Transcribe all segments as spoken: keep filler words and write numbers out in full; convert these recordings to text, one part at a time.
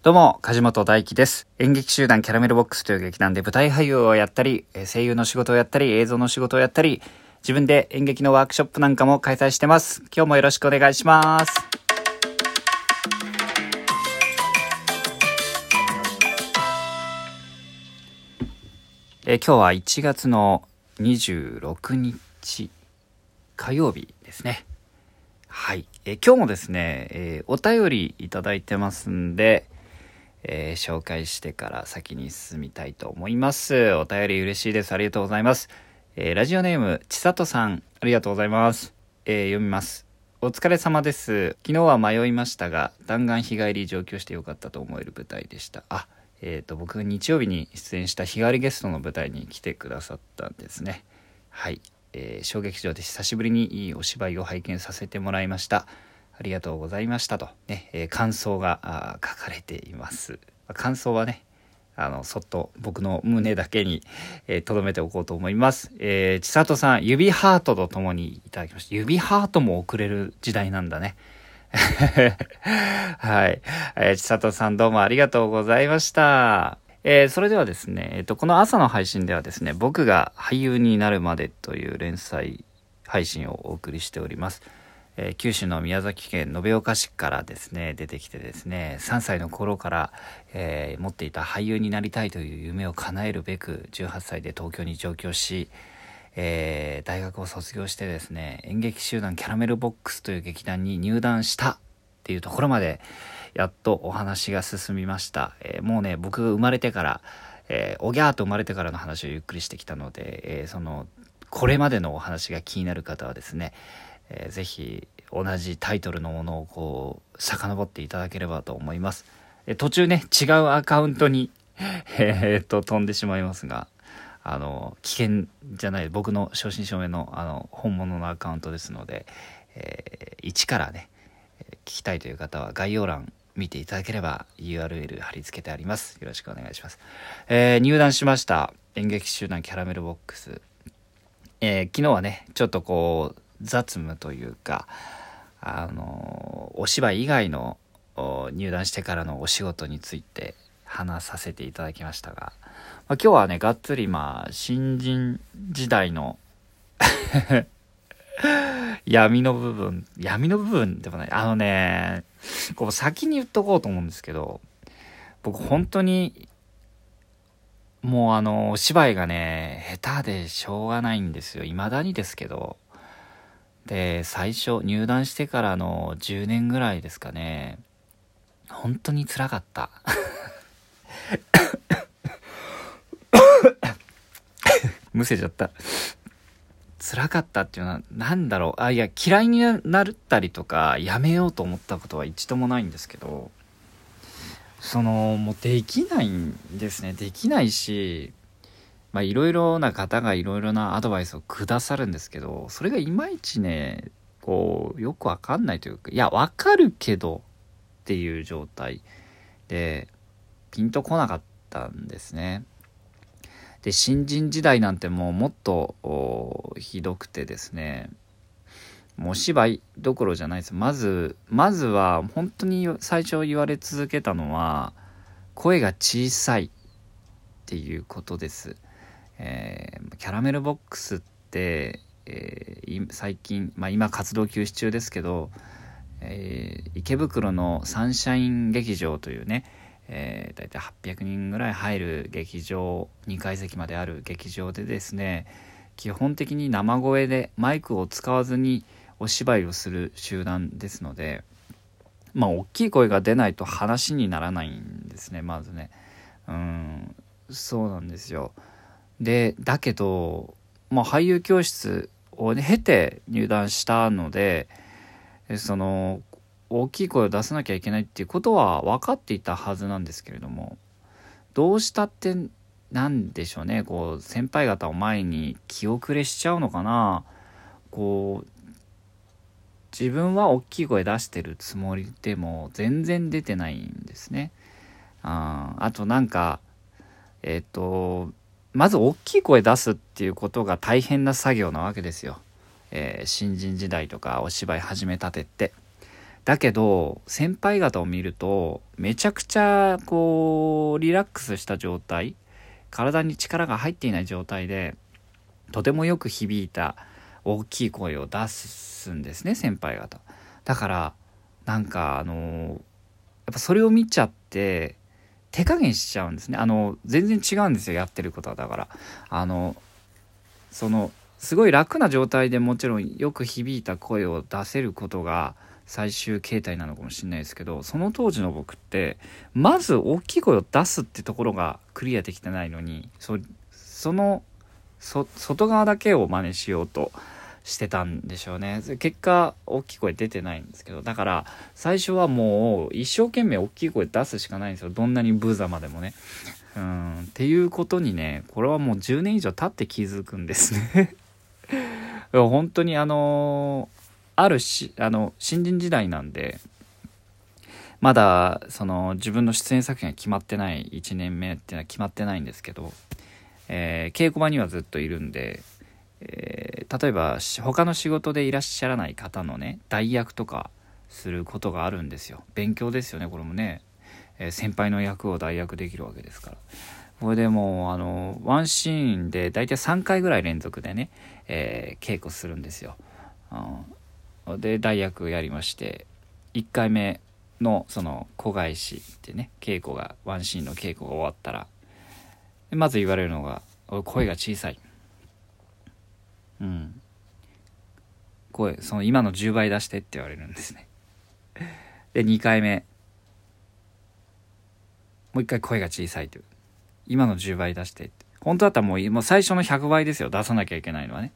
どうも、梶本大輝です。演劇集団キャラメルボックスという劇団で舞台俳優をやったり、声優の仕事をやったり、映像の仕事をやったり、自分で演劇のワークショップなんかも開催してます。今日もよろしくお願いします。え今日はいちがつのにじゅうろくにち火曜日ですね。はい。え今日もですね、えー、お便りいただいてますんで、えー、紹介してから先に進みたいと思います。お便り嬉しいです。ありがとうございます。えー、ラジオネームちさとさん、ありがとうございます。えー、読みます。お疲れ様です。昨日は迷いましたが、弾丸日帰り上京してよかったと思える舞台でした。あ、えっと僕が日曜日に出演した日帰りゲストの舞台に来てくださったんですね。はい、えー、小劇場で久しぶりにいいお芝居を拝見させてもらいました。ありがとうございましたとね、えー、感想が書かれています。感想はね、あのそっと僕の胸だけに留、えー、めておこうと思います。えー、千里さん、指ハートとともにいただきました。指ハートも送れる時代なんだね。はい、えー、千里さんどうもありがとうございました。えー、それではですね、えーと、この朝の配信ではですね、僕が俳優になるまでという連載配信をお送りしております。えー、九州の宮崎県延岡市からですね出てきてですね、さんさいの頃から、えー、持っていた俳優になりたいという夢を叶えるべくじゅうはっさいで東京に上京し、えー、大学を卒業してですね、演劇集団キャラメルボックスという劇団に入団したっていうところまでやっとお話が進みました。えー、もうね、僕生まれてから、えー、おぎゃーと生まれてからの話をゆっくりしてきたので、えー、そのこれまでのお話が気になる方はですね、えー、ぜひ同じタイトルのものをこう遡っていただければと思います。え途中ね、違うアカウントにえーっと飛んでしまいますが、あの危険じゃない、僕の正真正銘のあの本物のアカウントですので、えー、一からね聞きたいという方は概要欄見ていただければ ユーアールエル 貼り付けてあります。よろしくお願いします。えー、入団しました演劇集団キャラメルボックス。えー、昨日はねちょっとこう雑務というか、あのお芝居以外の入団してからのお仕事について話させていただきましたが、まあ、今日はねがっつりまあ新人時代の闇の部分闇の部分でもない、あのねこう先に言っとこうと思うんですけど、僕本当にもうあのお芝居がね下手でしょうがないんですよ、未だにですけど。で最初入団してからのじゅうねんぐらいですかね、本当に辛かったむせちゃった。辛かったっていうのはなんだろう、あいや嫌いになったりとかやめようと思ったことは一度もないんですけど、そのもうできないんですね。できないし、まあいろいろな方がいろいろなアドバイスをくださるんですけど、それがいまいちねこうよくわかんないというか、いやわかるけどっていう状態でピンとこなかったんですね。で新人時代なんてもうもっとひどくてですね、もう芝居どころじゃないです。まずまずは本当に最初言われ続けたのは声が小さいっていうことです。えー、キャラメルボックスって、えー、最近、まあ、今活動休止中ですけど、えー、池袋のサンシャイン劇場というね、えー、大体はっぴゃくにんぐらい入る劇場、にかい席まである劇場でですね、基本的に生声でマイクを使わずにお芝居をする集団ですので、まあ大きい声が出ないと話にならないんですね、まずね。うーんそうなんですよ。でだけど、まあ、俳優教室を、ね、経て入団したので、その大きい声を出さなきゃいけないっていうことは分かっていたはずなんですけれども、どうしたってなんでしょうね、こう先輩方を前に気遅れしちゃうのかな。こう自分は大きい声出してるつもりでも全然出てないんですね。あ, あとなんかえっ、ー、とまず大きい声出すっていうことが大変な作業なわけですよ、えー、新人時代とかお芝居始めたてって。 だけど先輩方を見るとめちゃくちゃこうリラックスした状態、体に力が入っていない状態でとてもよく響いた大きい声を出すんですね、先輩方。だからなんかあのやっぱそれを見ちゃって手加減しちゃうんですね。あの全然違うんですよ、やってることは。だからあのそのすごい楽な状態でもちろんよく響いた声を出せることが最終形態なのかもしれないですけど、その当時の僕ってまず大きい声を出すってところがクリアできてないのに、 そ, そのそ外側だけを真似しようとしてたんでしょうね。結果大きい声出てないんですけど、だから最初はもう一生懸命大きい声出すしかないんですよ、どんなに無様でもね。うんっていうことにね、これはもうじゅうねん以上経って気づくんですね本当にあのあるしあの新人時代なんで、まだその自分の出演作品が決まってないいちねんめっていうのは決まってないんですけど、えー、稽古場にはずっといるんで、えー、例えば他の仕事でいらっしゃらない方のね代役とかすることがあるんですよ。勉強ですよねこれもね、えー、先輩の役を代役できるわけですから。これでもうあのワンシーンでだいたいさんかいぐらい連続でね、えー、稽古するんですよ。うん、で代役やりまして、いっかいめのその小返しってね、稽古がワンシーンの稽古が終わったらまず言われるのが声が小さい、うん、声その今のじゅうばい出してって言われるんですね。でにかいめもう一回声が小さいという、今のじゅうばい出してって。本当だったらもう、もう最初のひゃくばいですよ、出さなきゃいけないのはね。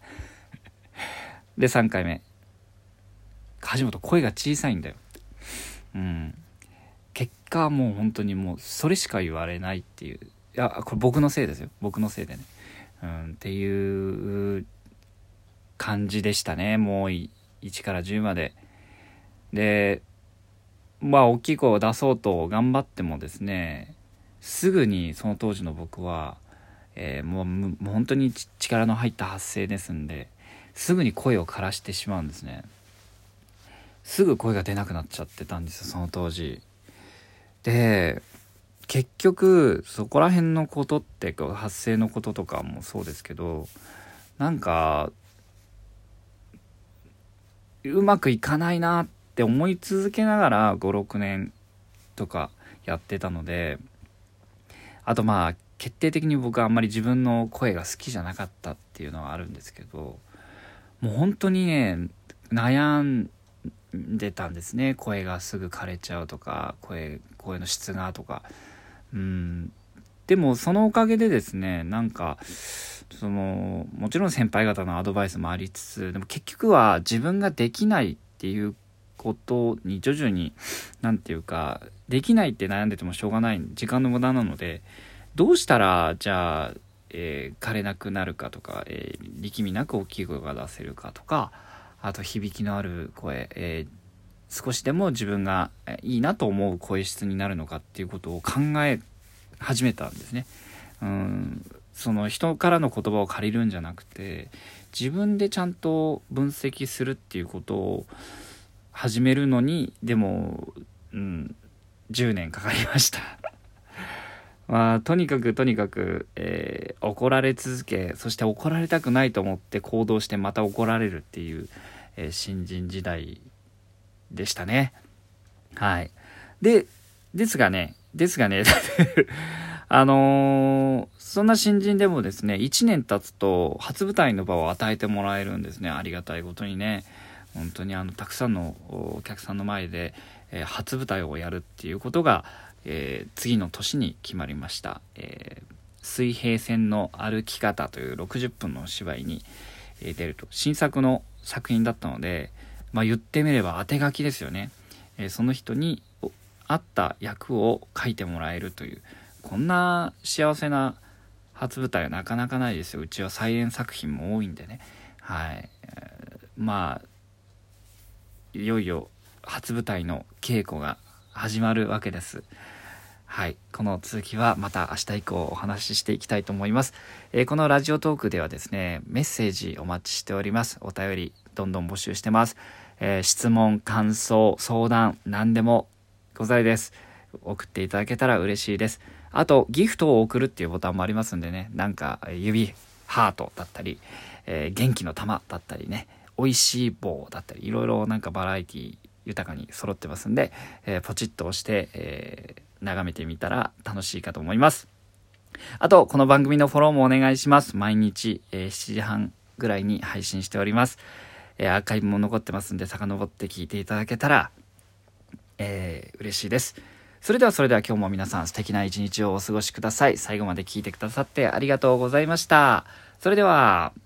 でさんかいめ、梶本声が小さいんだよ。うん。結果はもう本当にもうそれしか言われないっていう。いやこれ僕のせいですよ、僕のせいでね。うん、っていう感じでしたね。もういちからじゅうまで。で、まあ大きい声を出そうと頑張ってもですね、すぐにその当時の僕は、えー、もう、もう本当に力の入った発声ですんで、すぐに声を枯らしてしまうんですね。すぐ声が出なくなっちゃってたんですよその当時で。結局そこら辺のことって発声のこととかもそうですけど、なんかうまくいかないなって思い続けながらごろくねんとかやってたので、あとまあ決定的に僕はあんまり自分の声が好きじゃなかったっていうのはあるんですけど、もう本当にね悩んでたんですね。声がすぐ枯れちゃうとか、声声の質がとか。うんでもそのおかげでですね、なんかそのもちろん先輩方のアドバイスもありつつ、でも結局は自分ができないっていうことに徐々になんていうか、できないって悩んでてもしょうがない、時間の無駄なので、どうしたらじゃあ、えー、枯れなくなるかとか、えー、力みなく大きい声が出せるかとか、あと響きのある声、えー、少しでも自分がいいなと思う声質になるのかっていうことを考え始めたんですね。うんその人からの言葉を借りるんじゃなくて、自分でちゃんと分析するっていうことを始めるのに、でも、うん、じゅうねんかかりましたまあ、とにかくとにかく、えー、怒られ続け、そして怒られたくないと思って行動してまた怒られるっていう、えー、新人時代でしたね。はい。で、ですがね、ですがね、あのー、そんな新人でもですね、いちねん経つと初舞台の場を与えてもらえるんですね。ありがたいことにね。本当にあのたくさんのお客さんの前で、えー、初舞台をやるっていうことが、えー、次の年に決まりました。えー、水平線の歩き方というろくじゅっぷんのお芝居に、えー、出ると。新作の作品だったので、まあ、言ってみれば当て書きですよね。えー、その人に合った役を書いてもらえるという、こんな幸せな初舞台はなかなかないですよ。うちは再演作品も多いんでね。はい、えー、まあいよいよ初舞台の稽古が始まるわけです。はい、この続きはまた明日以降お話ししていきたいと思います。えー、このラジオトークではですね、メッセージお待ちしております。お便りどんどん募集してます。 えー、質問、感想、相談、何でもございです。送っていただけたら嬉しいです。あと、ギフトを送るっていうボタンもありますんでね、なんか指、ハートだったり、えー、元気の玉だったりね、美味しい棒だったり、いろいろなんかバラエティ豊かに揃ってますんで、えー、ポチッと押して、えー、眺めてみたら楽しいかと思います。あと、この番組のフォローもお願いします。毎日、えー、しちじはんぐらいに配信しております。えー、アーカイブも残ってますんで、遡って聞いていただけたら、えー、嬉しいです。それではそれでは今日も皆さん素敵な一日をお過ごしください。最後まで聞いてくださってありがとうございました。それでは。